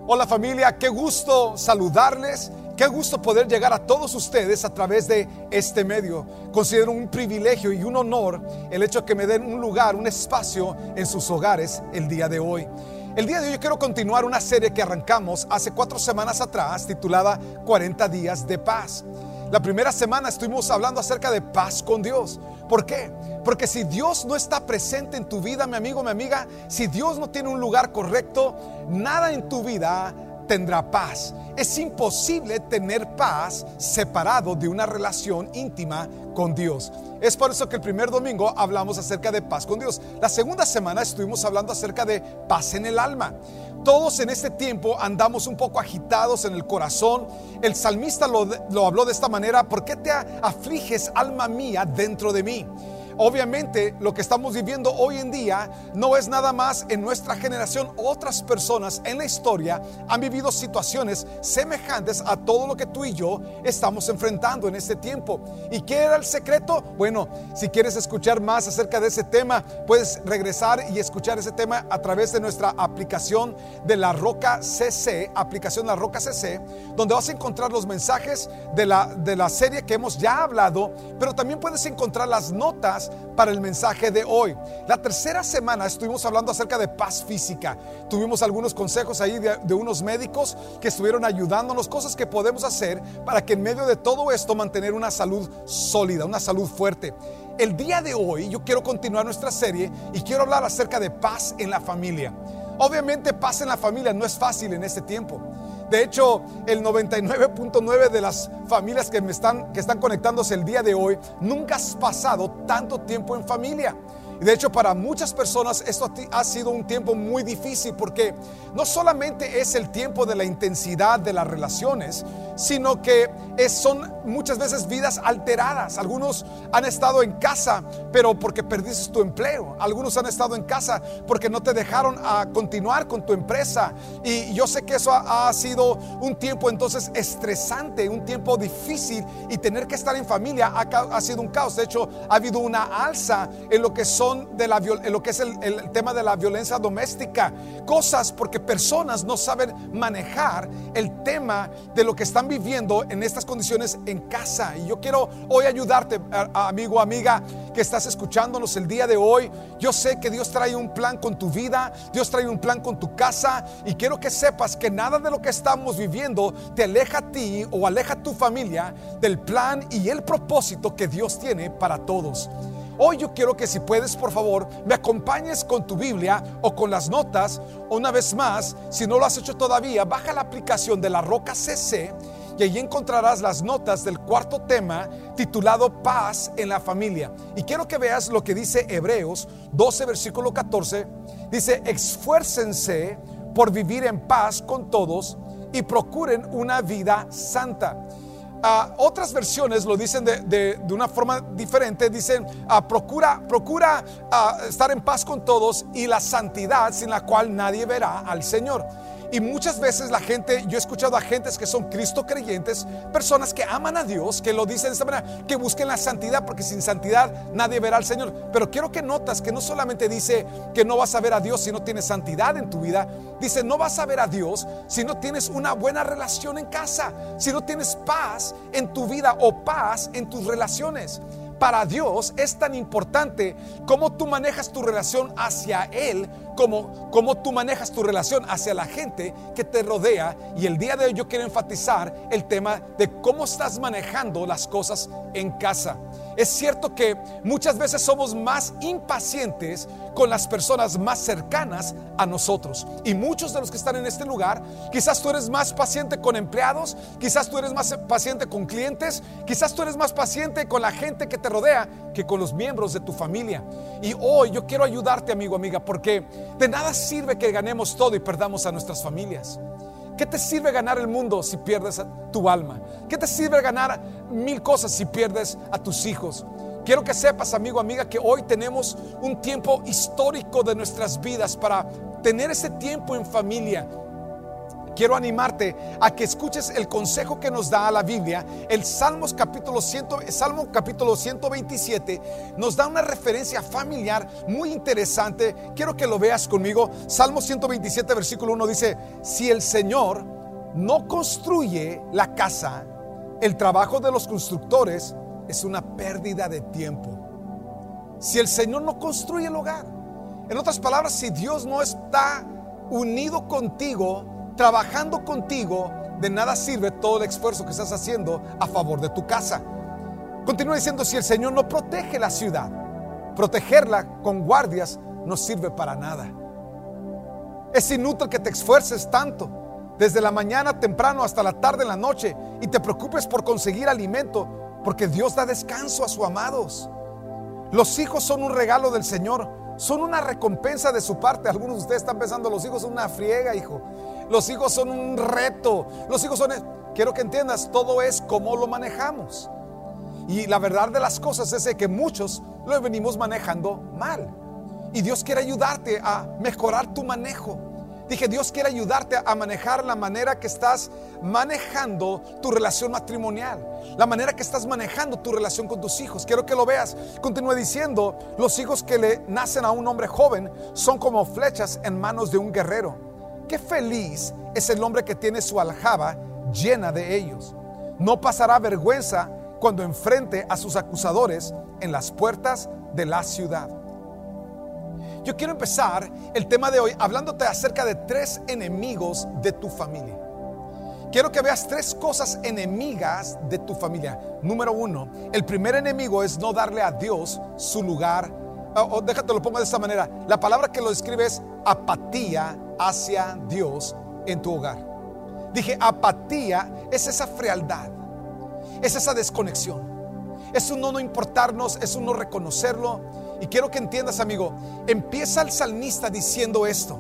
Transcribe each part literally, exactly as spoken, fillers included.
Hola familia, qué gusto saludarles, qué gusto poder llegar a todos ustedes a través de este medio. Considero un privilegio y un honor el hecho de que me den un lugar, un espacio en sus hogares el día de hoy. El día de hoy yo quiero continuar una serie que arrancamos hace cuatro semanas atrás titulada cuarenta días de paz. La primera semana estuvimos hablando acerca de paz con Dios. ¿Por qué? Porque si Dios no está presente en tu vida, mi amigo, mi amiga, si Dios no tiene un lugar correcto, nada en tu vida tendrá paz. Es imposible tener paz separado de una relación íntima con Dios. Es por eso que el primer domingo hablamos acerca de paz con Dios. La segunda semana estuvimos hablando acerca de paz en el alma. Todos en este tiempo andamos un poco agitados en el corazón. El salmista lo, lo habló de esta manera: ¿por qué te afliges, alma mía, dentro de mí? Obviamente lo que estamos viviendo hoy en día no es nada más en nuestra generación. Otras personas en la historia han vivido situaciones semejantes a todo lo que tú y yo estamos enfrentando en este tiempo. ¿Y qué era el secreto? Bueno, si quieres escuchar más acerca de ese tema, puedes regresar y escuchar ese tema a través de nuestra aplicación de La Roca C C, aplicación La Roca C C, donde vas a encontrar los mensajes de la, de la serie que hemos ya hablado, pero también puedes encontrar las notas para el mensaje de hoy. La tercera semana estuvimos hablando acerca de paz física. Tuvimos algunos consejos ahí de, de unos médicos que estuvieron ayudándonos, cosas que podemos hacer para que en medio de todo esto mantener una salud sólida, una salud fuerte. El día de hoy yo quiero continuar nuestra serie y quiero hablar acerca de paz en la familia. Obviamente paz en la familia no es fácil en este tiempo. De hecho, el noventa y nueve punto nueve de las familias que, me están, que están conectándose el día de hoy nunca has pasado tanto tiempo en familia. Y de hecho, para muchas personas esto ha sido un tiempo muy difícil, porque no solamente es el tiempo de la intensidad de las relaciones, sino que es, son muchas veces vidas alteradas. Algunos han estado en casa, pero porque perdiste tu empleo. Algunos han estado en casa porque no te dejaron a continuar con tu empresa. Y yo sé que eso ha, ha sido un tiempo entonces estresante, un tiempo difícil, y tener que estar en familia ha, ha sido un caos. De hecho, ha habido una alza en lo que son de la, en lo que es el, el tema de la violencia doméstica. Cosas porque personas no saben manejar el tema de lo que están viviendo en estas condiciones en casa. Y yo quiero hoy ayudarte, amigo, amiga, que estás escuchándonos el día de hoy. Yo sé que Dios trae un plan con tu vida, Dios trae un plan con tu casa, y quiero que sepas que nada de lo que estamos viviendo te aleja a ti o aleja a tu familia del plan y el propósito que Dios tiene para todos. Hoy yo quiero que, si puedes, por favor, me acompañes con tu Biblia o con las notas. Una vez más, si no lo has hecho todavía, baja la aplicación de La Roca C C y allí encontrarás las notas del cuarto tema titulado Paz en la Familia. Y quiero que veas lo que dice Hebreos doce, versículo catorce. Dice: esfuércense por vivir en paz con todos y procuren una vida santa. Uh, otras versiones lo dicen de, de, de una forma diferente. Dicen uh, procura, procura uh, estar en paz con todos y la santidad, sin la cual nadie verá al Señor. Y muchas veces la gente, yo he escuchado a gentes que son Cristo creyentes, personas que aman a Dios, que lo dicen de esta manera, que busquen la santidad, porque sin santidad nadie verá al Señor. Pero quiero que notas que no solamente dice que no vas a ver a Dios si no tienes santidad en tu vida. Dice: no vas a ver a Dios si no tienes una buena relación en casa, si no tienes paz en tu vida o paz en tus relaciones. Para Dios es tan importante cómo tú manejas tu relación hacia Él, como cómo tú manejas tu relación hacia la gente que te rodea. Y el día de hoy yo quiero enfatizar el tema de cómo estás manejando las cosas en casa. Es cierto que muchas veces somos más impacientes con las personas más cercanas a nosotros. Y muchos de los que están en este lugar, quizás tú eres más paciente con empleados, quizás tú eres más paciente con clientes, quizás tú eres más paciente con la gente que te rodea que con los miembros de tu familia. Y hoy yo quiero ayudarte, amigo, amiga, porque de nada sirve que ganemos todo y perdamos a nuestras familias. ¿Qué te sirve ganar el mundo si pierdes a tu alma? ¿Qué te sirve ganar mil cosas si pierdes a tus hijos? Quiero que sepas, amigo, amiga, que hoy tenemos un tiempo histórico de nuestras vidas para tener ese tiempo en familia. quiero animarte a que escuches el consejo que nos da la Biblia. El Salmos capítulo cien, Salmo capítulo ciento veintisiete nos da una referencia familiar muy interesante. Quiero que lo veas conmigo. Salmo ciento veintisiete versículo uno dice: si el Señor no construye la casa, el trabajo de los constructores es una pérdida de tiempo. Si el Señor no construye el hogar, en otras palabras, si Dios no está unido contigo, trabajando contigo, de nada sirve todo el esfuerzo que estás haciendo a favor de tu casa. Continúa diciendo: si el Señor no protege la ciudad, protegerla con guardias no sirve para nada. Es inútil que te esfuerces tanto desde la mañana temprano hasta la tarde en la noche y te preocupes por conseguir alimento, porque Dios da descanso a sus amados. Los hijos son un regalo del Señor, son una recompensa de su parte. Algunos de ustedes están pensando: los hijos son una friega, hijo. Los hijos son un reto. Los hijos son... Quiero que entiendas, todo es cómo lo manejamos. Y la verdad de las cosas es que muchos lo venimos manejando mal. Y Dios quiere ayudarte a mejorar tu manejo. Dije, Dios quiere ayudarte a manejar la manera que estás manejando tu relación matrimonial, la manera que estás manejando tu relación con tus hijos. Quiero que lo veas. Continúe diciendo: los hijos que le nacen a un hombre joven son como flechas en manos de un guerrero. Qué feliz es el hombre que tiene su aljaba llena de ellos. No pasará vergüenza cuando enfrente a sus acusadores en las puertas de la ciudad. Yo quiero empezar el tema de hoy hablándote acerca de tres enemigos de tu familia. Quiero que veas tres cosas enemigas de tu familia. Número uno, el primer enemigo es no darle a Dios su lugar. O, o déjate lo pongo de esta manera. La palabra que lo describe es apatía hacia Dios en tu hogar. Dije, apatía es esa frialdad, es esa desconexión, es un no, no importarnos, es un no reconocerlo. Y quiero que entiendas, amigo, empieza el salmista diciendo esto: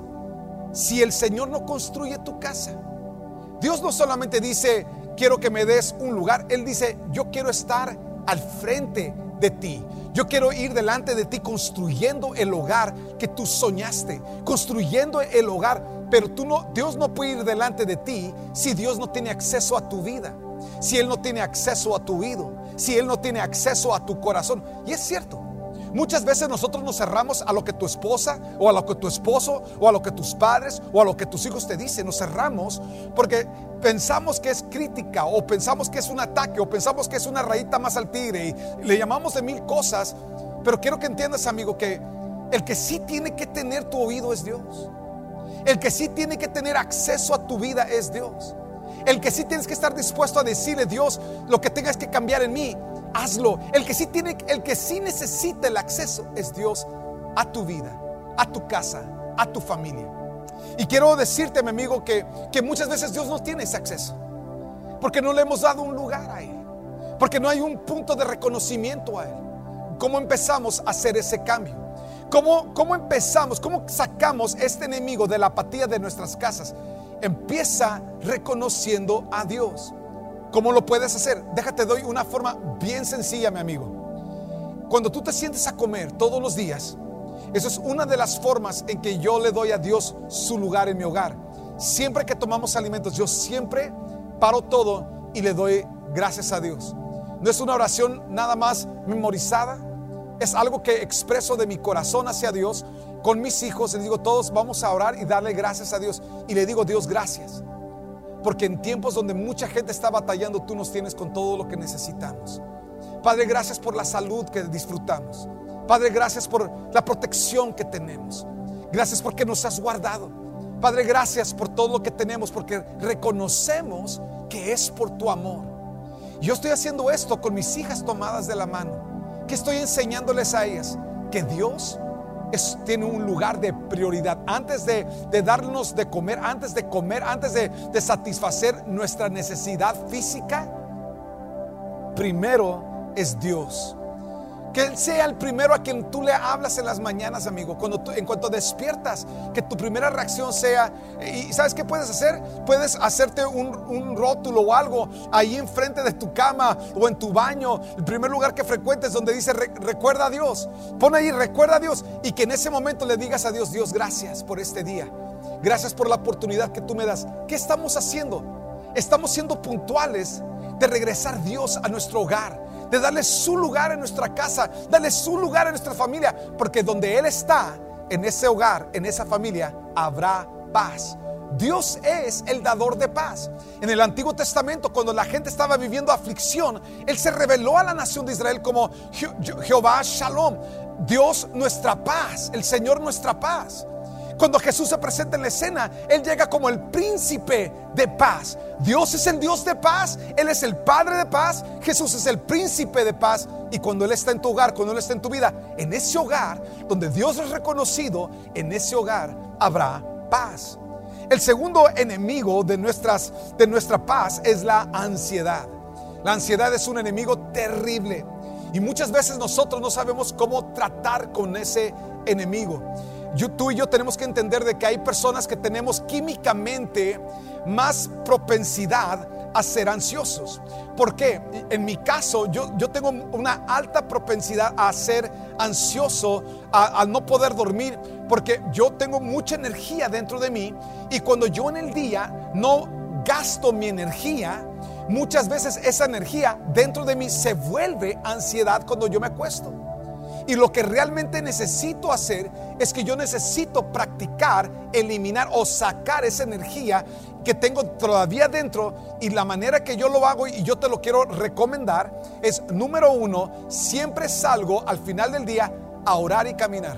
si el Señor no construye tu casa, Dios no solamente dice quiero que me des un lugar, Él dice yo quiero estar al frente de ti. Yo quiero ir delante de ti construyendo el hogar que tú soñaste, construyendo el hogar. Pero tú no, Dios no puede ir delante de ti si Dios no tiene acceso a tu vida, si Él no tiene acceso a tu oído, si Él no tiene acceso a tu corazón. Y es cierto, muchas veces nosotros nos cerramos a lo que tu esposa o a lo que tu esposo o a lo que tus padres o a lo que tus hijos te dicen. Nos cerramos porque pensamos que es crítica, o pensamos que es un ataque, o pensamos que es una rayita más al tigre, y le llamamos de mil cosas. Pero quiero que entiendas, amigo, que el que sí tiene que tener tu oído es Dios. El que sí tiene que tener acceso a tu vida es Dios. El que sí tienes que estar dispuesto a decirle: Dios, lo que tengas que cambiar en mí, hazlo. El que sí tiene, el que sí necesita el acceso es Dios a tu vida, a tu casa, a tu familia. Y quiero decirte, mi amigo, que, que muchas veces Dios no tiene ese acceso porque no le hemos dado un lugar a Él, porque no hay un punto de reconocimiento a Él. ¿Cómo empezamos a hacer ese cambio? ¿Cómo, cómo empezamos? ¿Cómo sacamos este enemigo de la apatía de nuestras casas? Empieza reconociendo a Dios. ¿Cómo lo puedes hacer? Déjate, doy una forma bien sencilla, mi amigo. Cuando tú te sientes a comer todos los días, eso es una de las formas en que yo le doy a Dios su lugar en mi hogar. Siempre que tomamos alimentos, yo siempre paro todo y le doy gracias a Dios. No es una oración nada más memorizada, es algo que expreso de mi corazón hacia Dios. Con mis hijos les digo: todos vamos a orar y darle gracias a Dios. Y le digo: Dios, gracias, porque en tiempos donde mucha gente está batallando, tú nos tienes con todo lo que necesitamos. Padre, gracias por la salud que disfrutamos. Padre, gracias por la protección que tenemos. Gracias porque nos has guardado. Padre, gracias por todo lo que tenemos, porque reconocemos que es por tu amor. Yo estoy haciendo esto con mis hijas tomadas de la mano, que estoy enseñándoles a ellas que Dios es, tiene un lugar de prioridad. Antes de, de darnos de comer, antes de comer, antes de, de satisfacer nuestra necesidad física, primero es Dios. Que Él sea el primero a quien tú le hablas en las mañanas, amigo. Cuando tú, en cuanto despiertas, que tu primera reacción sea, y ¿sabes qué puedes hacer? Puedes hacerte un, un rótulo o algo ahí enfrente de tu cama o en tu baño, el primer lugar que frecuentes, donde dice re, recuerda a Dios. Pon ahí, recuerda a Dios, y que en ese momento le digas a Dios: Dios, gracias por este día. Gracias por la oportunidad que tú me das. ¿Qué estamos haciendo? Estamos siendo puntuales de regresar Dios a nuestro hogar, de darle su lugar en nuestra casa, darle su lugar en nuestra familia, porque donde Él está, en ese hogar, en esa familia, habrá paz. Dios es el dador de paz. En el Antiguo Testamento, cuando la gente estaba viviendo aflicción, Él se reveló a la nación de Israel como Je- Je- Jehová Shalom, Dios nuestra paz, el Señor nuestra paz. Cuando Jesús se presenta en la escena, Él llega como el príncipe de paz. Dios es el Dios de paz, Él es el Padre de paz, Jesús es el príncipe de paz. Y cuando Él está en tu hogar, cuando Él está en tu vida, en ese hogar donde Dios es reconocido, en ese hogar habrá paz. El segundo enemigo de, nuestras, de nuestra paz es la ansiedad. La ansiedad es un enemigo terrible y muchas veces nosotros no sabemos cómo tratar con ese enemigo. Yo, tú y yo tenemos que entender de que hay personas que tenemos químicamente más propensidad a ser ansiosos. ¿Por qué? En mi caso, yo, yo tengo una alta propensidad a ser ansioso, a, a no poder dormir, porque yo tengo mucha energía dentro de mí, y cuando yo en el día no gasto mi energía, muchas veces esa energía dentro de mí se vuelve ansiedad cuando yo me acuesto. Y lo que realmente necesito hacer es que yo necesito practicar, eliminar o sacar esa energía que tengo todavía dentro. Y la manera que yo lo hago, y yo te lo quiero recomendar, es: número uno, siempre salgo al final del día a orar y caminar.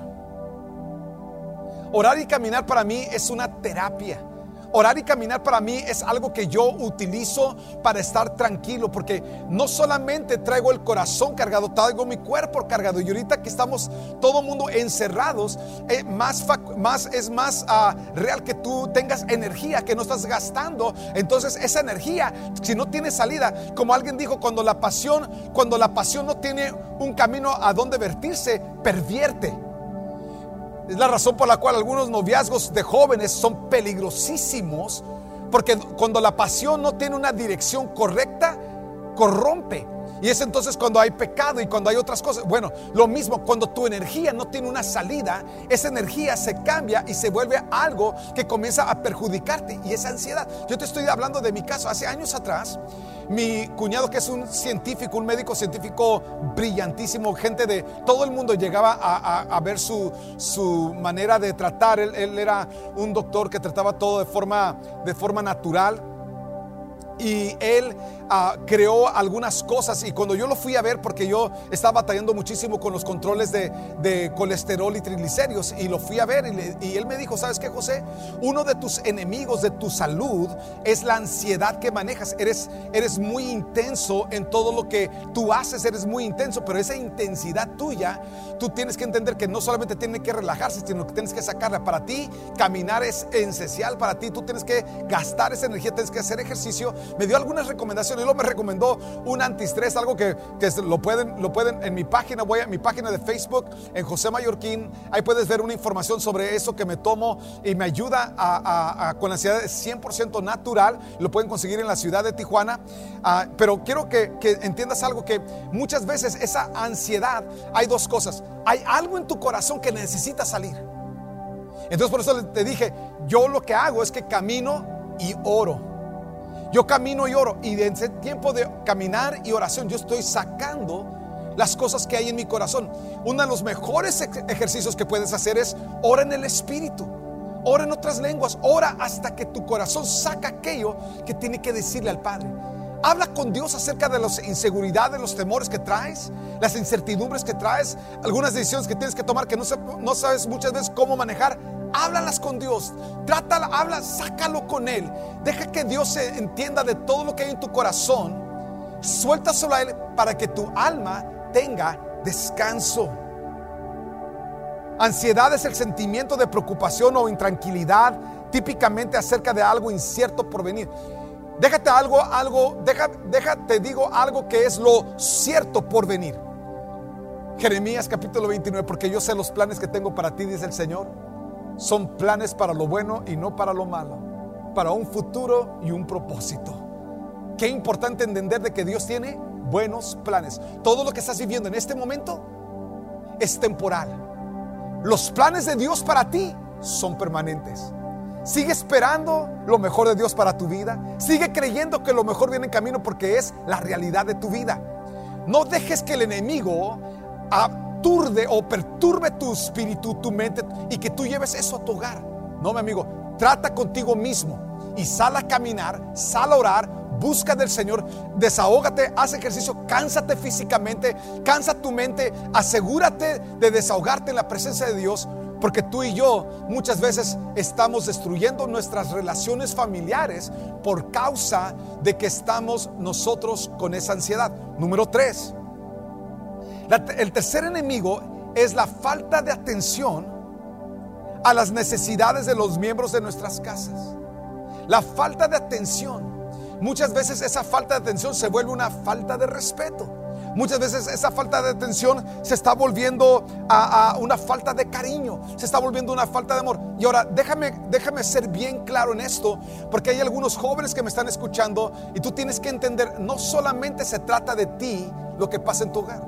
Orar y caminar para mí es una terapia. Orar y caminar para mí es algo que yo utilizo para estar tranquilo, porque no solamente traigo el corazón cargado, traigo mi cuerpo cargado. Y ahorita que estamos todo el mundo encerrados, eh, más, más, es más uh, real que tú tengas energía que no estás gastando. Entonces esa energía, si no tiene salida, como alguien dijo, cuando la pasión, cuando la pasión no tiene un camino a donde vertirse, pervierte. Es la razón por la cual algunos noviazgos de jóvenes son peligrosísimos, porque cuando la pasión no tiene una dirección correcta, corrompe. Y es entonces cuando hay pecado y cuando hay otras cosas. Bueno, lo mismo, cuando tu energía no tiene una salida, esa energía se cambia y se vuelve algo que comienza a perjudicarte, y es ansiedad. Yo te estoy hablando de mi caso. Hace años atrás, mi cuñado, que es un científico, un médico científico brillantísimo, gente de todo el mundo llegaba a, a, a ver su, su manera de tratar. Él, él era un doctor que trataba todo de forma, de forma natural. Y él uh, creó algunas cosas, y cuando yo lo fui a ver, porque yo estaba batallando muchísimo con los controles de, de colesterol y triglicéridos, y lo fui a ver y, le, y él me dijo: ¿sabes qué, José? Uno de tus enemigos de tu salud es la ansiedad que manejas. Eres, eres muy intenso en todo lo que tú haces, eres muy intenso, pero esa intensidad tuya, tú tienes que entender que no solamente tienes que relajarse, sino que tienes que sacarla. Para ti caminar es esencial, para ti tú tienes que gastar esa energía, tienes que hacer ejercicio. Me dio algunas recomendaciones. Luego me recomendó un antiestrés, algo que, que lo pueden, lo pueden en mi página. Voy a mi página de Facebook, en José Mallorquín. Ahí puedes ver una información sobre eso que me tomo y me ayuda a, a, a, con la ansiedad. Es cien por ciento natural. Lo pueden conseguir en la ciudad de Tijuana. Uh, pero quiero que, que entiendas algo, que muchas veces esa ansiedad, hay dos cosas. Hay algo en tu corazón que necesita salir. Entonces por eso te dije, yo lo que hago es que camino y oro. Yo camino y oro, y en ese tiempo de caminar y oración yo estoy sacando las cosas que hay en mi corazón. Uno de los mejores ejercicios que puedes hacer es ora en el Espíritu, ora en otras lenguas, ora hasta que tu corazón saca aquello que tiene que decirle al Padre. Habla con Dios acerca de las inseguridades, los temores que traes, las incertidumbres que traes, algunas decisiones que tienes que tomar que no, se, no sabes muchas veces cómo manejar. Háblalas con Dios, trátala, habla, sácalo con Él. Deja que Dios se entienda de todo lo que hay en tu corazón. Suéltaselo a Él para que tu alma tenga descanso. Ansiedad es el sentimiento de preocupación o intranquilidad, típicamente acerca de algo incierto por venir. Déjate algo, algo, deja, déjate digo algo que es lo cierto por venir. Jeremías capítulo veintinueve, porque yo sé los planes que tengo para ti, dice el Señor. Son planes para lo bueno y no para lo malo, para un futuro y un propósito. Qué importante entender de que Dios tiene buenos planes. Todo lo que estás viviendo en este momento es temporal. Los planes de Dios para ti son permanentes. Sigue esperando lo mejor de Dios para tu vida. Sigue creyendo que lo mejor viene en camino, porque es la realidad de tu vida. No dejes que el enemigo aturde o perturbe tu espíritu, tu mente, y que tú lleves eso a tu hogar. No, mi amigo, trata contigo mismo y sal a caminar, sal a orar, busca del Señor, desahógate, haz ejercicio, cánsate físicamente, cansa tu mente, asegúrate de desahogarte en la presencia de Dios, porque tú y yo muchas veces estamos destruyendo nuestras relaciones familiares por causa de que estamos nosotros con esa ansiedad. Número tres, la, el tercer enemigo es la falta de atención a las necesidades de los miembros de nuestras casas. La falta de atención. Muchas veces esa falta de atención se vuelve una falta de respeto. Muchas veces esa falta de atención se está volviendo a, a una falta de cariño, se está volviendo una falta de amor. Y ahora déjame, déjame ser bien claro en esto, porque hay algunos jóvenes que me están escuchando y tú tienes que entender, no solamente se trata de ti lo que pasa en tu hogar.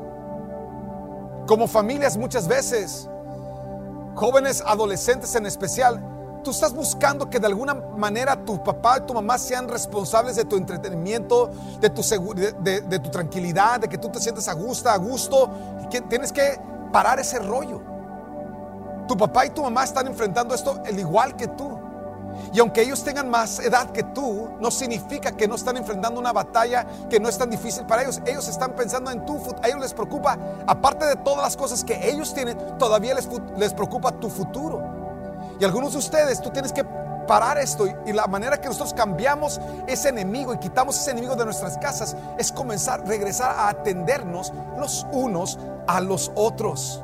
Como familias muchas veces, jóvenes, adolescentes en especial, tú estás buscando que de alguna manera tu papá y tu mamá sean responsables de tu entretenimiento, de tu, de, de, de tu tranquilidad, de que tú te sientas a gusto, a gusto. Tienes que parar ese rollo. Tu papá y tu mamá están enfrentando esto al igual que tú. Y aunque ellos tengan más edad que tú, no significa que no están enfrentando una batalla que no es tan difícil para ellos. Ellos están pensando en tu futuro. A ellos les preocupa, aparte de todas las cosas que ellos tienen, todavía les, les preocupa tu futuro. Y algunos de ustedes, tú tienes que parar esto, y, y la manera que nosotros cambiamos ese enemigo y quitamos ese enemigo de nuestras casas es comenzar, regresar a atendernos los unos a los otros.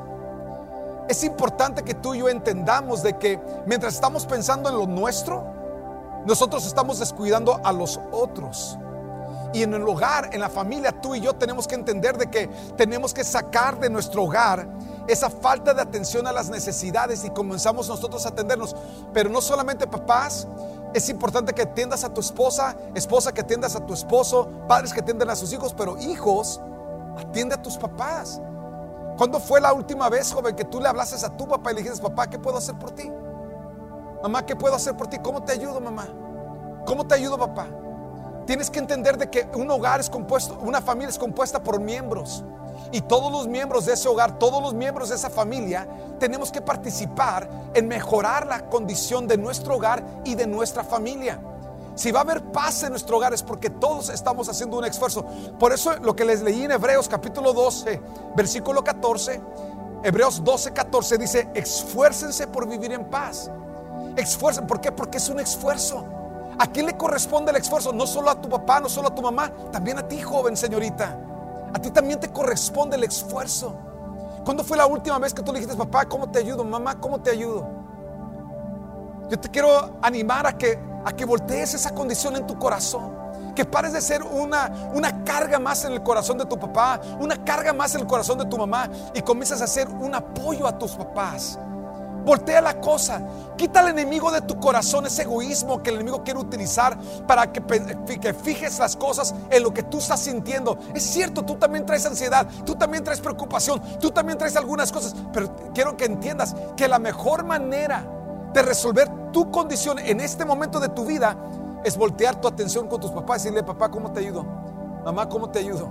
Es importante que tú y yo entendamos de que mientras estamos pensando en lo nuestro, nosotros estamos descuidando a los otros. Y en el hogar, en la familia, tú y yo tenemos que entender de que tenemos que sacar de nuestro hogar esa falta de atención a las necesidades y comenzamos nosotros a atendernos. Pero no solamente papás, es importante que atiendas a tu esposa, esposa que atiendas a tu esposo, padres que atiendan a sus hijos, pero hijos, atiende a tus papás. ¿Cuándo fue la última vez, joven, que tú le hablases a tu papá y le dijiste, papá, ¿qué puedo hacer por ti? Mamá, ¿qué puedo hacer por ti? ¿Cómo te ayudo, mamá? ¿Cómo te ayudo, papá? Tienes que entender de que un hogar es compuesto, una familia es compuesta por miembros. Y todos los miembros de ese hogar, todos los miembros de esa familia, tenemos que participar en mejorar la condición de nuestro hogar y de nuestra familia. Si va a haber paz en nuestro hogar es porque todos estamos haciendo un esfuerzo. Por eso lo que les leí en Hebreos capítulo doce, versículo catorce, Hebreos doce, catorce dice, esfuércense por vivir en paz. Esfuercen, ¿por qué? Porque es un esfuerzo. ¿A quién le corresponde el esfuerzo? No solo a tu papá, no solo a tu mamá, también a ti, joven, señorita. A ti también te corresponde el esfuerzo. ¿Cuándo fue la última vez que tú le dijiste, papá, ¿cómo te ayudo? Mamá, ¿cómo te ayudo? Yo te quiero animar a que, a que voltees esa condición en tu corazón. Que pares de ser una, una carga más en el corazón de tu papá, una carga más en el corazón de tu mamá, y comienzas a ser un apoyo a tus papás. Voltea la cosa, quita al enemigo de tu corazón, ese egoísmo que el enemigo quiere utilizar para que, que fijes las cosas en lo que tú estás sintiendo. Es cierto, tú también traes ansiedad, tú también traes preocupación, tú también traes algunas cosas, pero quiero que entiendas que la mejor manera de resolver tu condición en este momento de tu vida es voltear tu atención con tus papás y decirle, papá, ¿cómo te ayudo? Mamá, ¿cómo te ayudo?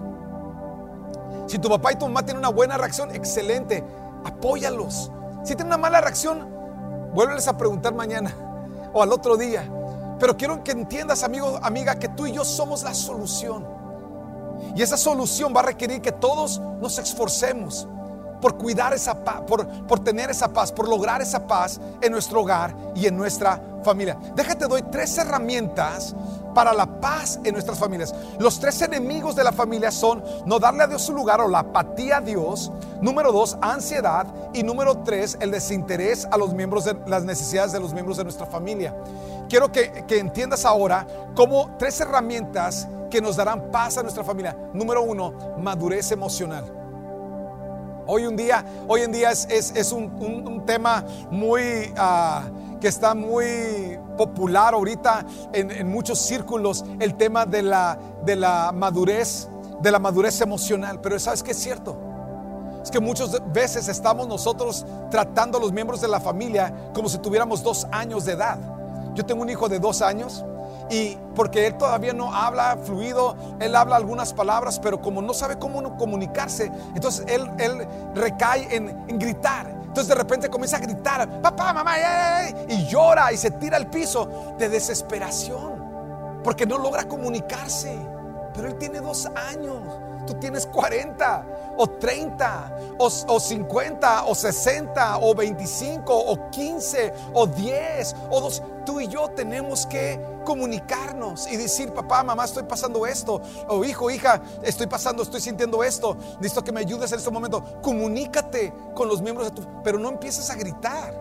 Si tu papá y tu mamá tienen una buena reacción, excelente, apóyalos. Si tienen una mala reacción, vuélveles a preguntar mañana o al otro día. Pero quiero que entiendas, amigo, amiga, que tú y yo somos la solución. Y esa solución va a requerir que todos nos esforcemos por cuidar esa paz, por, por tener esa paz, por lograr esa paz en nuestro hogar y en nuestra familia. Déjate, doy tres herramientas para la paz en nuestras familias. Los tres enemigos de la familia son no darle a Dios su lugar o la apatía a Dios. Número dos, ansiedad. Y número tres, el desinterés a los miembros de las necesidades de los miembros de nuestra familia. Quiero que, que entiendas ahora como tres herramientas que nos darán paz a nuestra familia. Número uno, madurez emocional. Hoy, un día, hoy en día es, es, es un, un, un tema muy... Uh, que está muy popular ahorita en, en muchos círculos, el tema de la, de la madurez, de la madurez emocional. Pero ¿sabes qué es cierto? Es que muchas veces estamos nosotros tratando a los miembros de la familia como si tuviéramos dos años de edad. Yo tengo un hijo de dos años y porque él todavía no habla fluido, él habla algunas palabras, pero como no sabe cómo no comunicarse, entonces él, él recae en, en gritar. Entonces de repente comienza a gritar, papá, mamá, ay, ay, ay, y llora y se tira al piso de desesperación porque no logra comunicarse. Pero él tiene dos años. Tú tienes cuarenta o treinta o, o cincuenta o sesenta o veinticinco o quince o diez o dos. Tú y yo tenemos que comunicarnos y decir, papá, mamá, estoy pasando esto, o hijo, hija, estoy pasando, estoy sintiendo esto, necesito que me ayudes en este momento. Comunícate con los miembros de tu, pero no empieces a gritar.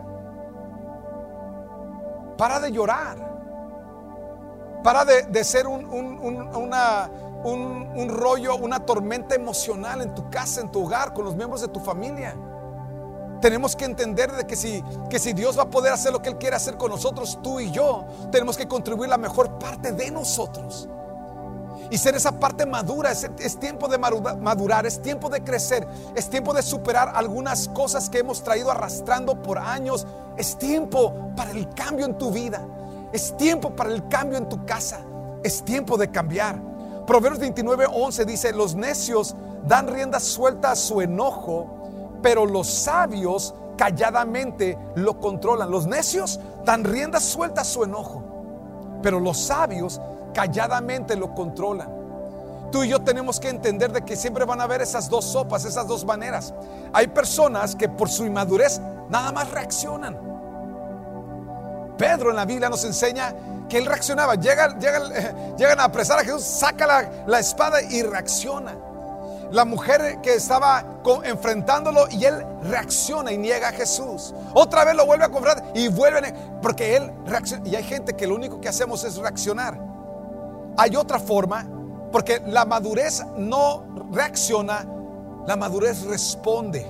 Para de llorar. Para de, de ser un, un, un, una, un, un rollo, una tormenta emocional en tu casa, en tu hogar, con los miembros de tu familia. Tenemos que entender de que si, que si Dios va a poder hacer lo que Él quiere hacer con nosotros, tú y yo tenemos que contribuir la mejor parte de nosotros y ser esa parte madura. Es, es tiempo de madurar, es tiempo de crecer, es tiempo de superar algunas cosas que hemos traído arrastrando por años. Es tiempo para el cambio en tu vida. Es tiempo para el cambio en tu casa. Es tiempo de cambiar. Proverbios veintinueve once dice: los necios dan rienda suelta a su enojo, pero los sabios calladamente lo controlan. Los necios dan rienda suelta a su enojo, pero los sabios calladamente lo controlan. Tú y yo tenemos que entender de que siempre van a haber esas dos sopas, esas dos maneras. Hay personas que por su inmadurez nada más reaccionan. Pedro en la Biblia nos enseña que él reaccionaba. Llegan, llegan, eh, llegan a apresar a Jesús, saca la, la espada y reacciona. La mujer que estaba con, enfrentándolo, y él reacciona y niega a Jesús. Otra vez lo vuelve a confrontar y vuelven, porque él reacciona. Y hay gente que lo único que hacemos es reaccionar. Hay otra forma, porque la madurez no reacciona, la madurez responde.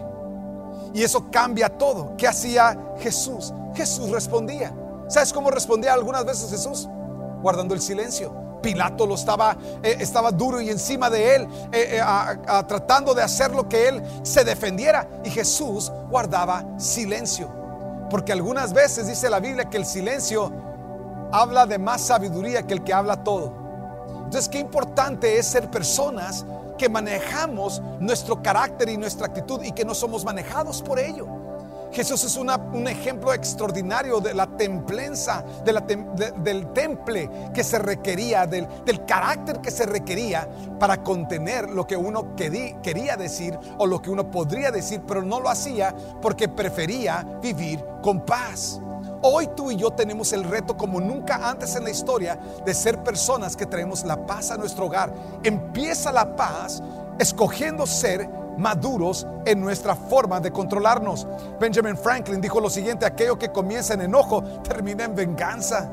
Y eso cambia todo. ¿Qué hacía Jesús? Jesús respondía. ¿Sabes cómo respondía algunas veces Jesús? Guardando el silencio. Pilato lo estaba, eh, estaba duro y encima de él, eh, eh, a, a, tratando de hacer lo que él se defendiera. Y Jesús guardaba silencio. Porque algunas veces dice la Biblia que el silencio habla de más sabiduría que el que habla todo. Entonces, qué importante es ser personas que manejamos nuestro carácter y nuestra actitud y que no somos manejados por ello. Jesús es una, un ejemplo extraordinario de la templanza, de la tem, de, del temple que se requería, del, del carácter que se requería para contener lo que uno querí, quería decir o lo que uno podría decir, pero no lo hacía porque prefería vivir con paz. Hoy tú y yo tenemos el reto, como nunca antes en la historia, de ser personas que traemos la paz a nuestro hogar. Empieza la paz escogiendo ser maduros en nuestra forma de controlarnos. Benjamin Franklin dijo lo siguiente: aquello que comienza en enojo termina en venganza.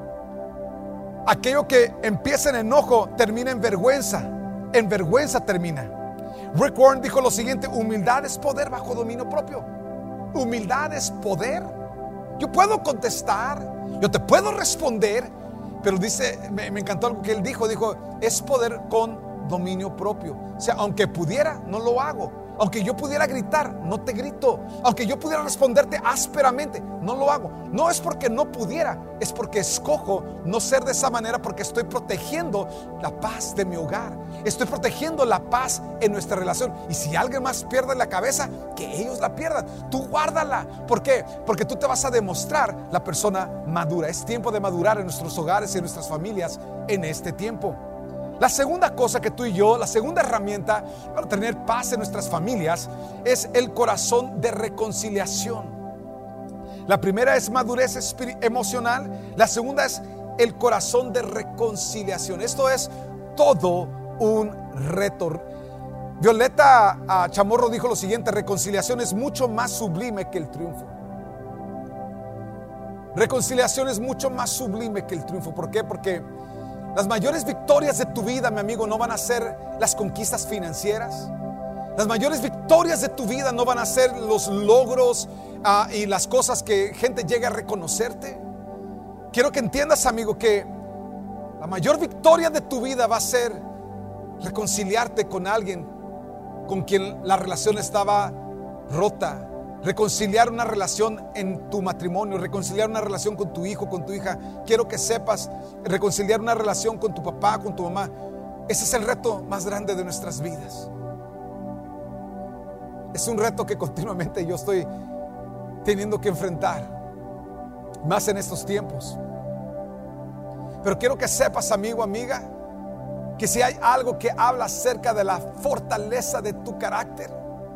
Aquello que empieza en enojo termina en vergüenza. En vergüenza termina. Rick Warren dijo lo siguiente: humildad es poder bajo dominio propio. Humildad es poder. Yo puedo contestar, yo te puedo responder, pero dice, me, me encantó algo que él dijo, dijo, es poder con dominio propio. O sea, aunque pudiera, no lo hago. Aunque yo pudiera gritar, no te grito. Aunque yo pudiera responderte ásperamente, no lo hago. No es porque no pudiera, es porque escojo no ser de esa manera, porque estoy protegiendo la paz de mi hogar. Estoy protegiendo la paz en nuestra relación. Y si alguien más pierde la cabeza, que ellos la pierdan. Tú guárdala. ¿Por qué? Porque tú te vas a demostrar la persona madura. Es tiempo de madurar en nuestros hogares y en nuestras familias en este tiempo. La segunda cosa que tú y yo, la segunda herramienta para tener paz en nuestras familias es el corazón de reconciliación. La primera es madurez emocional, la segunda es el corazón de reconciliación. Esto es todo un reto. Violeta uh, Chamorro dijo lo siguiente: reconciliación es mucho más sublime que el triunfo. Reconciliación es mucho más sublime que el triunfo. ¿Por qué? Porque las mayores victorias de tu vida, mi amigo, no van a ser las conquistas financieras. Las mayores victorias de tu vida no van a ser los logros uh, y las cosas que gente llegue a reconocerte. Quiero que entiendas, amigo, que la mayor victoria de tu vida va a ser reconciliarte con alguien con quien la relación estaba rota, reconciliar una relación en tu matrimonio, reconciliar una relación con tu hijo, con tu hija. Quiero que sepas, reconciliar una relación con tu papá, con tu mamá. Ese es el reto más grande de nuestras vidas. Es un reto que continuamente yo estoy teniendo que enfrentar, más en estos tiempos. Pero quiero que sepas, amigo, amiga, que si hay algo que habla acerca de la fortaleza de tu carácter,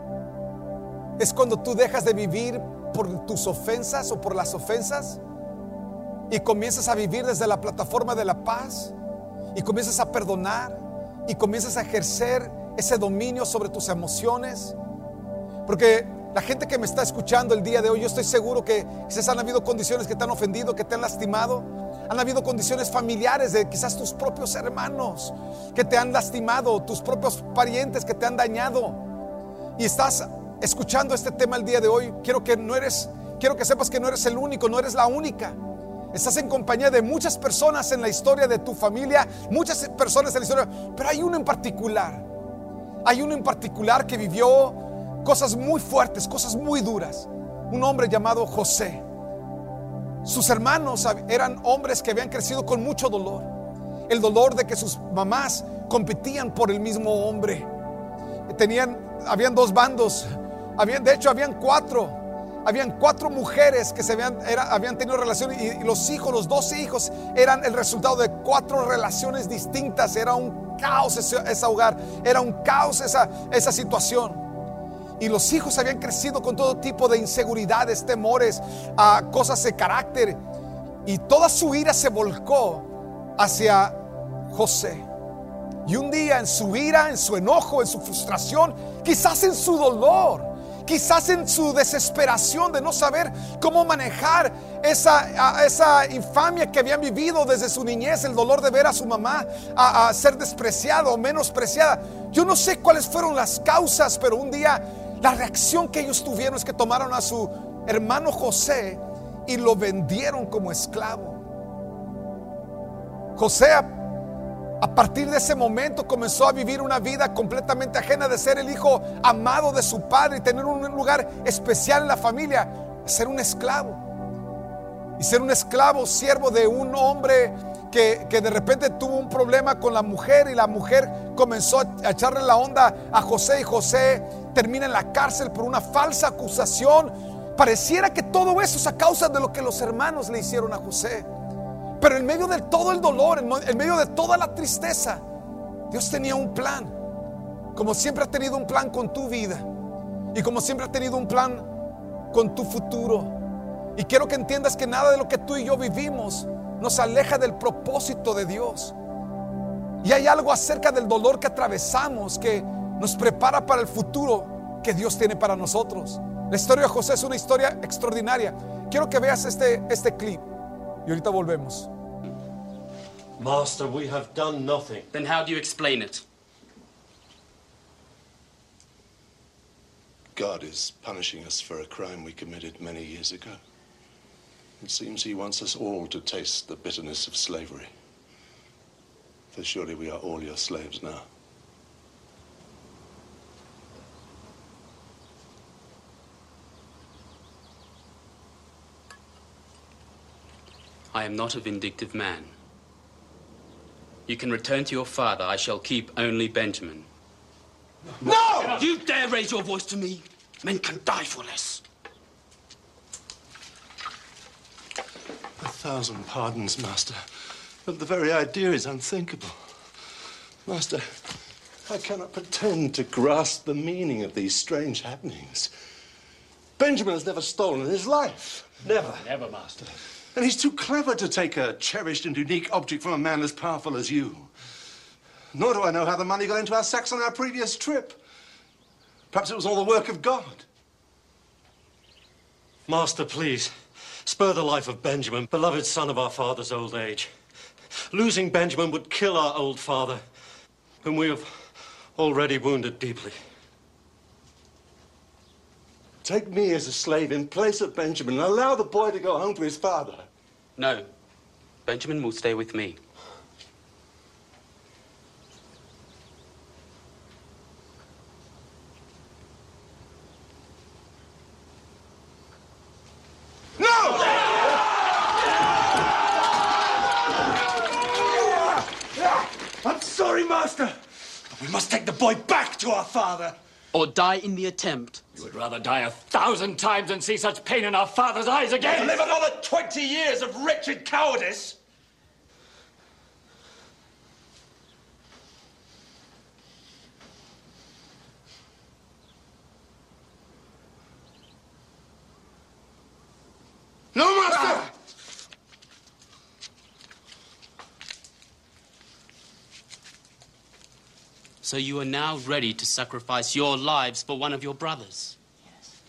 es cuando tú dejas de vivir por tus ofensas o por las ofensas y comienzas a vivir desde la plataforma de la paz, y comienzas a perdonar y comienzas a ejercer ese dominio sobre tus emociones. Porque la gente que me está escuchando el día de hoy, yo estoy seguro que quizás han habido condiciones que te han ofendido, que te han lastimado. Han habido condiciones familiares de quizás tus propios hermanos que te han lastimado, tus propios parientes que te han dañado. Y estás escuchando este tema el día de hoy. Quiero que no eres, quiero que sepas que no eres el único, no eres la única. Estás en compañía de muchas personas en la historia de tu familia, muchas personas en la historia, pero hay uno en particular. Hay uno en particular que vivió cosas muy fuertes, cosas muy duras. Un hombre llamado José. Sus hermanos eran hombres que habían crecido con mucho dolor. El dolor de que sus mamás competían por el mismo hombre. Tenían, habían dos bandos. Habían, de hecho, habían cuatro. Habían cuatro mujeres que se habían, era, habían tenido relaciones, y, y los hijos, los doce hijos, eran el resultado de cuatro relaciones distintas. Era un caos ese, ese hogar. Era un caos esa, esa situación. Y los hijos habían crecido con todo tipo de inseguridades, temores, uh, cosas de carácter. Y toda su ira se volcó hacia José. Y un día, en su ira, en su enojo, en su frustración, quizás en su dolor, quizás en su desesperación de no saber cómo manejar esa, esa infamia que habían vivido desde su niñez, el dolor de ver a su mamá a, a ser despreciada o menospreciada. Yo no sé cuáles fueron las causas, pero un día la reacción que ellos tuvieron es que tomaron a su hermano José y lo vendieron como esclavo. José, a, a partir de ese momento, comenzó a vivir una vida completamente ajena de ser el hijo amado de su padre y tener un lugar especial en la familia, a ser un esclavo. Y ser un esclavo, siervo de un hombre que, que de repente tuvo un problema con la mujer, y la mujer comenzó a echarle la onda a José, y José termina en la cárcel por una falsa acusación. Pareciera que todo eso es a causa de lo que los hermanos le hicieron a José. Pero en medio de todo el dolor, en medio de toda la tristeza, Dios tenía un plan. Como siempre ha tenido un plan con tu vida, y como siempre ha tenido un plan con tu futuro. Y quiero que entiendas que nada de lo que tú y yo vivimos nos aleja del propósito de Dios. Y hay algo acerca del dolor que atravesamos que nos prepara para el futuro que Dios tiene para nosotros. La historia de José es una historia extraordinaria. Quiero que veas este, este clip y ahorita volvemos. Master, we have done nothing. Then how do you explain it? God is punishing us for a crime we committed many years ago. It seems he wants us all to taste the bitterness of slavery. For surely we are all your slaves now. I am not a vindictive man. You can return to your father. I shall keep only Benjamin. No! You dare raise your voice to me? Men can die for less. A thousand pardons, Master, but the very idea is unthinkable. Master, I cannot pretend to grasp the meaning of these strange happenings. Benjamin has never stolen in his life. Never. Never, Master. And he's too clever to take a cherished and unique object from a man as powerful as you. Nor do I know how the money got into our sacks on our previous trip. Perhaps it was all the work of God. Master, please, spare the life of Benjamin, beloved son of our father's old age. Losing Benjamin would kill our old father, whom we have already wounded deeply. Take me as a slave in place of Benjamin and allow the boy to go home to his father. No. Benjamin will stay with me. sorry, Master. But we must take the boy back to our father. Or die in the attempt. You would rather die a thousand times than see such pain in our father's eyes again. To live another twenty years of wretched cowardice. No, Master! So you are now ready to sacrifice your lives for one of your brothers? Yes.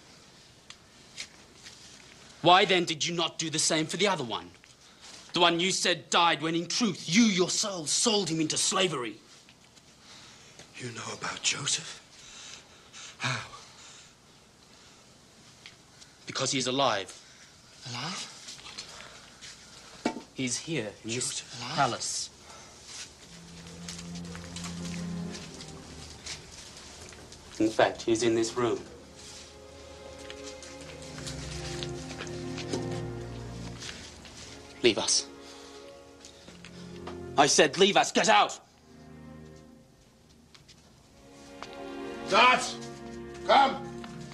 Why then did you not do the same for the other one? The one you said died when in truth you yourselves sold him into slavery. You know about Joseph? How? Because he is alive. Alive? What? He's here in this alive? palace. In fact, he's in this room. Leave us. I said leave us. Get out! Guards! Come!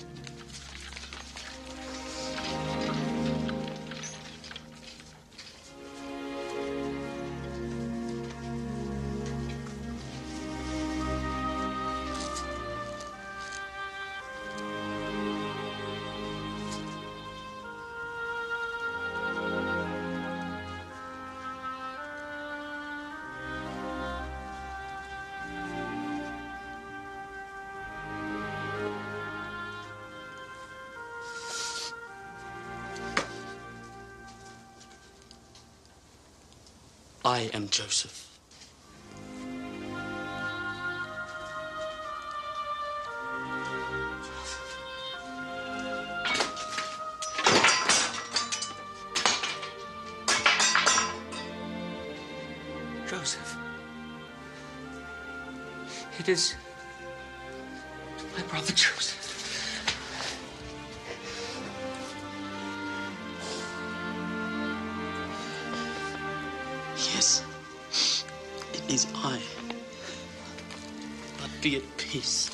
I am Joseph. Joseph. It is my brother Joseph. Yes, it is I. But be at peace.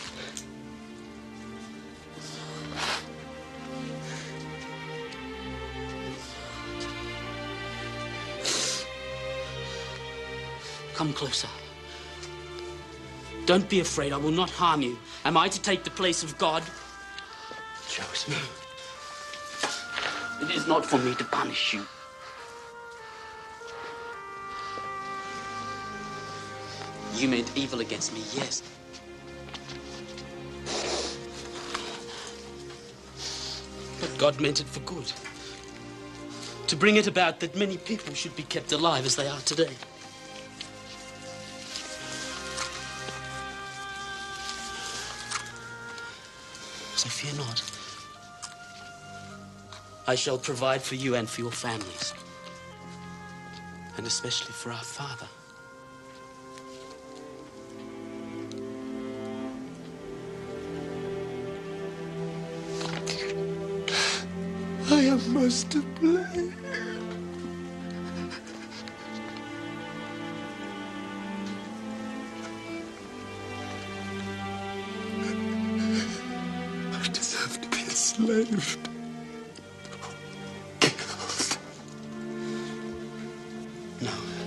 Come closer. Don't be afraid. I will not harm you. Am I to take the place of God? Joseph. It is not for me to punish you. You meant evil against me, yes. But God meant it for good. To bring it about that many people should be kept alive as they are today. So fear not. I shall provide for you and for your families. And especially for our father. I am most to blame. I deserve to be enslaved. Killed. No.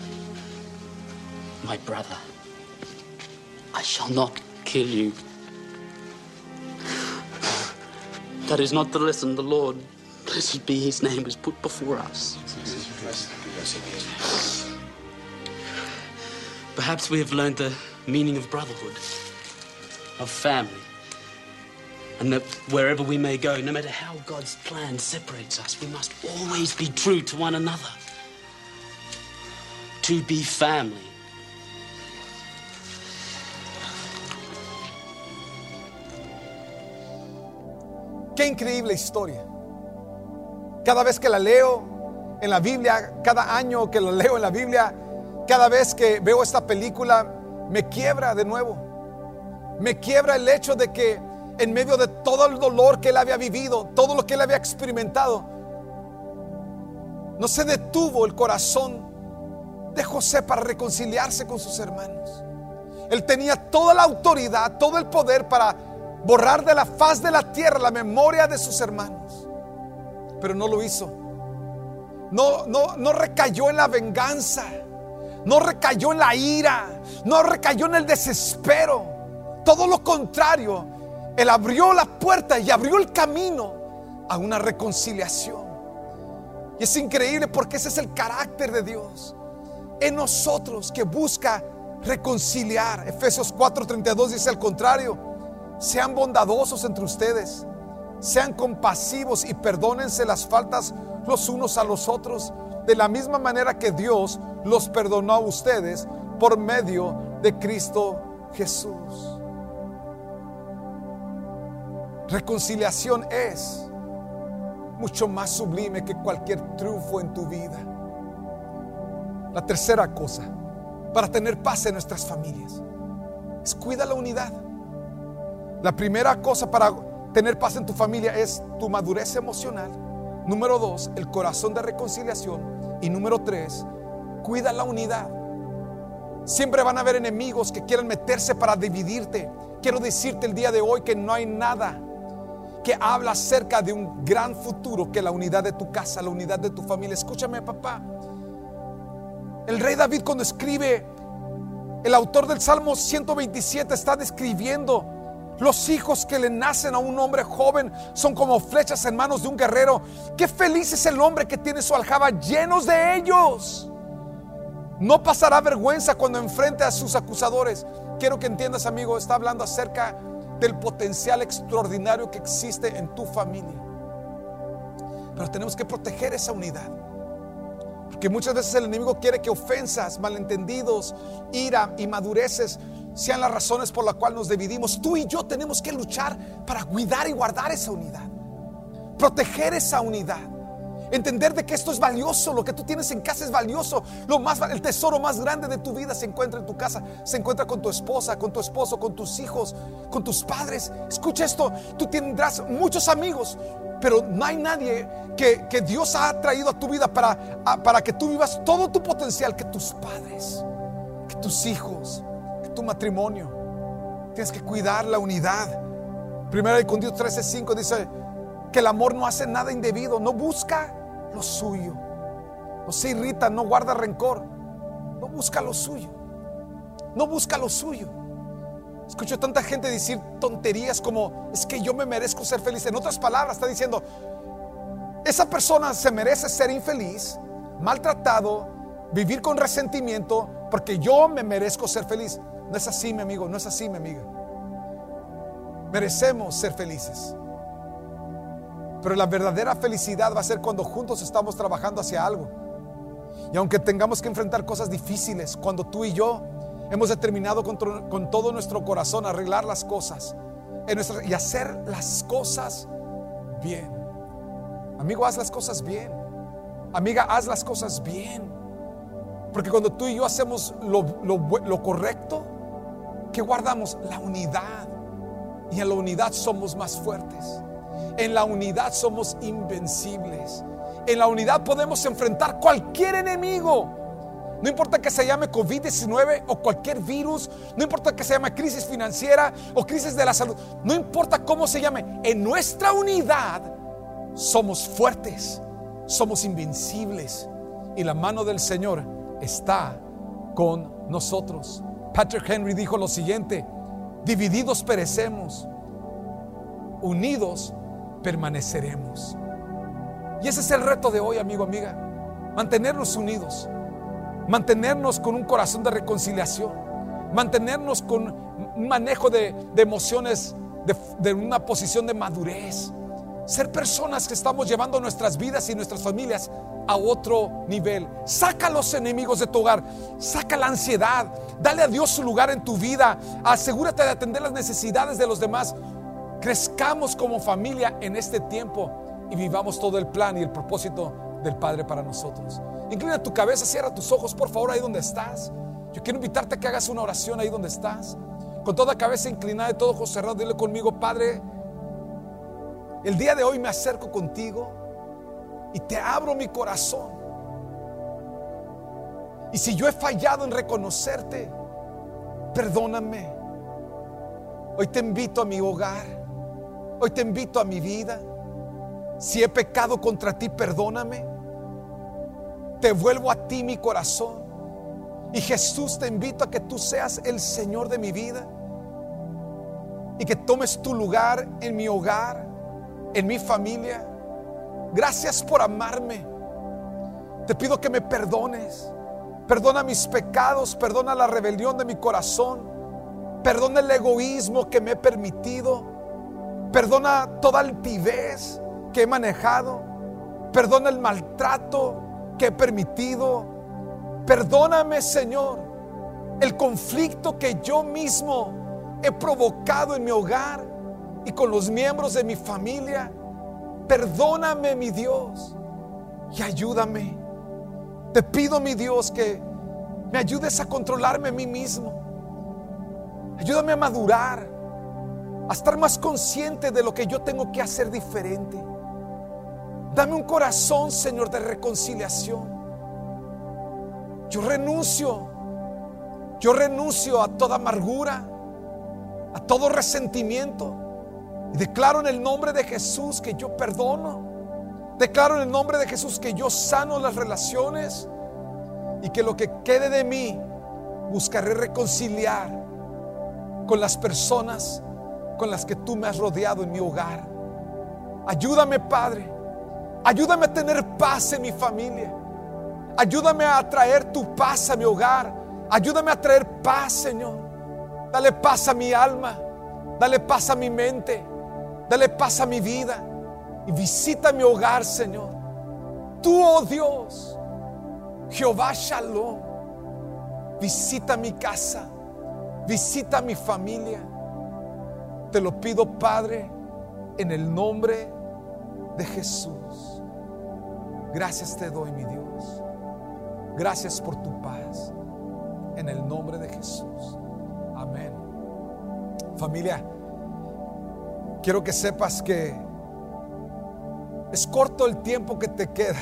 My brother. I shall not kill you. That is not the lesson the Lord, blessed be his name, has put before us. Perhaps we have learned the meaning of brotherhood, of family, and that wherever we may go, no matter how God's plan separates us, we must always be true to one another. To be family. Qué increíble historia. Cada vez que la leo en la Biblia, cada año que lo leo en la Biblia, cada vez que veo esta película, me quiebra de nuevo. Me quiebra el hecho de que en medio de todo el dolor que él había vivido, todo lo que él había experimentado, no se detuvo el corazón de José para reconciliarse con sus hermanos. Él tenía toda la autoridad, todo el poder para borrar de la faz de la tierra la memoria de sus hermanos, pero no lo hizo. No, no, no recayó en la venganza, no recayó en la ira, no recayó en el desespero. Todo lo contrario, Él abrió la puerta y abrió el camino a una reconciliación. Y es increíble porque ese es el carácter de Dios en nosotros, que busca reconciliar. Efesios cuatro treinta y dos dice al contrario: sean bondadosos entre ustedes, sean compasivos y perdónense las faltas los unos a los otros, de la misma manera que Dios los perdonó a ustedes por medio de Cristo Jesús. Reconciliación es mucho más sublime que cualquier triunfo en tu vida. La tercera cosa para tener paz en nuestras familias es cuida la unidad. La primera cosa para tener paz en tu familia es tu madurez emocional. Número dos, el corazón de reconciliación. Y número tres, cuida la unidad. Siempre van a haber enemigos que quieran meterse para dividirte. Quiero decirte el día de hoy que no hay nada que habla acerca de un gran futuro que la unidad de tu casa, la unidad de tu familia. Escúchame, papá. El rey David, cuando escribe, el autor del Salmo ciento veintisiete está describiendo los hijos que le nacen a un hombre joven son como flechas en manos de un guerrero. Qué feliz es el hombre que tiene su aljaba llenos de ellos. No pasará vergüenza cuando enfrente a sus acusadores. Quiero que entiendas, amigo, está hablando acerca del potencial extraordinario que existe en tu familia. Pero tenemos que proteger esa unidad, porque muchas veces el enemigo quiere que ofensas, malentendidos, ira y madureces sean las razones por las cuales nos dividimos. Tú y yo tenemos que luchar para cuidar y guardar esa unidad, proteger esa unidad, entender de que esto es valioso. Lo que tú tienes en casa es valioso. Lo más, el tesoro más grande de tu vida se encuentra en tu casa, se encuentra con tu esposa, con tu esposo, con tus hijos, con tus padres. Escucha esto: tú tendrás muchos amigos, pero no hay nadie que, que Dios ha traído a tu vida para, a, para que tú vivas todo tu potencial que tus padres, que tus hijos, que tu matrimonio. Tienes que cuidar la unidad. Primera de Corintios trece cinco dice que el amor no hace nada indebido, no busca lo suyo, no se irrita, no guarda rencor, no busca lo suyo, no busca lo suyo. Escucho tanta gente decir tonterías como: es que yo me merezco ser feliz. En otras palabras, está diciendo: esa persona se merece ser infeliz, maltratado, vivir con resentimiento, porque yo me merezco ser feliz. No es así, mi amigo, no es así, mi amiga. Merecemos ser felices, pero la verdadera felicidad va a ser cuando juntos estamos trabajando hacia algo. Y aunque tengamos que enfrentar cosas difíciles, cuando tú y yo hemos determinado con, con todo nuestro corazón arreglar las cosas en nuestra, y hacer las cosas bien. Amigo, haz las cosas bien. Amiga, haz las cosas bien. Porque cuando tú y yo hacemos lo, lo, lo correcto, ¿qué guardamos? La unidad. Y en la unidad somos más fuertes. En la unidad somos invencibles. En la unidad podemos enfrentar cualquier enemigo. No importa que se llame COVID diecinueve o cualquier virus. No importa que se llame crisis financiera o crisis de la salud. No importa cómo se llame. En nuestra unidad somos fuertes, somos invencibles, y la mano del Señor está con nosotros. Patrick Henry dijo lo siguiente: divididos perecemos, unidos permaneceremos. Y ese es el reto de hoy, amigo, amiga. Mantenernos unidos, mantenernos con un corazón de reconciliación, mantenernos con un manejo de, de emociones, de, de una posición de madurez, ser personas que estamos llevando nuestras vidas y nuestras familias a otro nivel. Saca a los enemigos de tu hogar, saca la ansiedad, dale a Dios su lugar en tu vida, asegúrate de atender las necesidades de los demás. Crezcamos como familia en este tiempo y vivamos todo el plan y el propósito del Padre para nosotros. Inclina tu cabeza, cierra tus ojos, por favor, ahí donde estás. Yo quiero invitarte a que hagas una oración ahí donde estás, con toda cabeza inclinada y todo ojo cerrado. Dile conmigo: Padre, el día de hoy me acerco contigo y te abro mi corazón. Y si yo he fallado en reconocerte, perdóname. Hoy te invito a mi hogar. Hoy te invito a mi vida. Si he pecado contra ti, perdóname. Te vuelvo a ti mi corazón. Y Jesús, te invito a que tú seas el Señor de mi vida y que tomes tu lugar en mi hogar, en mi familia. Gracias por amarme. Te pido que me perdones. Perdona mis pecados, perdona la rebelión de mi corazón, perdona el egoísmo que me he permitido, perdona toda altivez que he manejado, perdona el maltrato que he permitido. Perdóname, Señor, el conflicto que yo mismo he provocado en mi hogar y con los miembros de mi familia. Perdóname, mi Dios, y ayúdame. Te pido, mi Dios, que me ayudes a controlarme a mí mismo. Ayúdame a madurar, a estar más consciente de lo que yo tengo que hacer diferente. Dame un corazón, Señor, de reconciliación. Yo renuncio, yo renuncio a toda amargura, a todo resentimiento. Y declaro en el nombre de Jesús que yo perdono. Declaro en el nombre de Jesús que yo sano las relaciones y que lo que quede de mí buscaré reconciliar con las personas con las que tú me has rodeado en mi hogar. Ayúdame, Padre. Ayúdame a tener paz en mi familia. Ayúdame a traer tu paz a mi hogar. Ayúdame a traer paz, Señor. Dale paz a mi alma. Dale paz a mi mente. Dale paz a mi vida. Y visita mi hogar, Señor. Tú, oh Dios, Jehová Shalom, visita mi casa, visita mi familia. Te lo pido, Padre, en el nombre de Jesús. Gracias te doy, mi Dios. Gracias por tu paz. En el nombre de Jesús. Amén. Familia, quiero que sepas que es corto el tiempo que te queda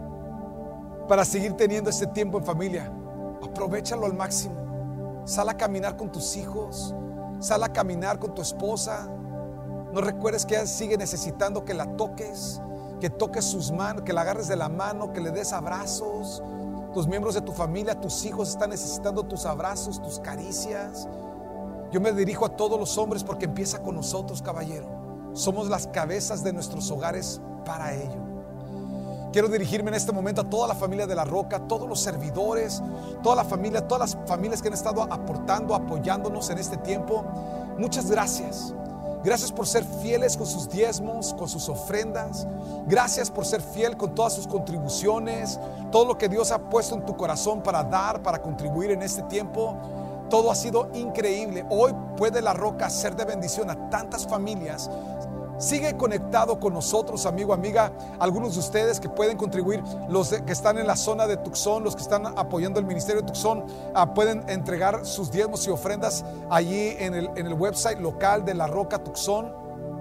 para seguir teniendo este tiempo en familia. Aprovéchalo al máximo. Sal a caminar con tus hijos. Sal a caminar con tu esposa. No recuerdes que ella sigue necesitando que la toques, que toques sus manos, que la agarres de la mano, que le des abrazos. Tus miembros de tu familia, tus hijos están necesitando tus abrazos, tus caricias. Yo me dirijo a todos los hombres porque empieza con nosotros, caballero. Somos las cabezas de nuestros hogares para ello. Quiero dirigirme en este momento a toda la familia de La Roca, todos los servidores, toda la familia, todas las familias que han estado aportando, apoyándonos en este tiempo. Muchas gracias. Gracias por ser fieles con sus diezmos, con sus ofrendas. Gracias por ser fiel con todas sus contribuciones. Todo lo que Dios ha puesto en tu corazón para dar, para contribuir en este tiempo. Todo ha sido increíble. Hoy puede La Roca ser de bendición a tantas familias. Sigue conectado con nosotros, amigo, amiga. Algunos de ustedes que pueden contribuir, los de, que están en la zona de Tucson, los que están apoyando el ministerio de Tucson, uh, pueden entregar sus diezmos y ofrendas allí en el, en el website local de La Roca Tucson.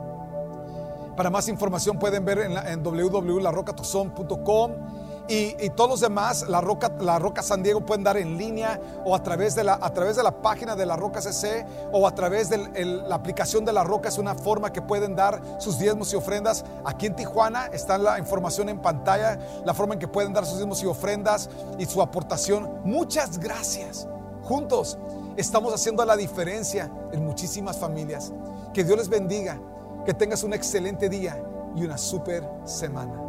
Para más información pueden ver en, la, en w w w punto la roca tucson punto com. Y, y todos los demás, La Roca, La Roca San Diego, pueden dar en línea o a través de la, a través de la página de La Roca C C o a través de la aplicación de La Roca. Es una forma que pueden dar sus diezmos y ofrendas. Aquí en Tijuana está la información en pantalla, la forma en que pueden dar sus diezmos y ofrendas y su aportación. Muchas gracias. Juntos estamos haciendo la diferencia en muchísimas familias. Que Dios les bendiga, que tengas un excelente día y una súper semana.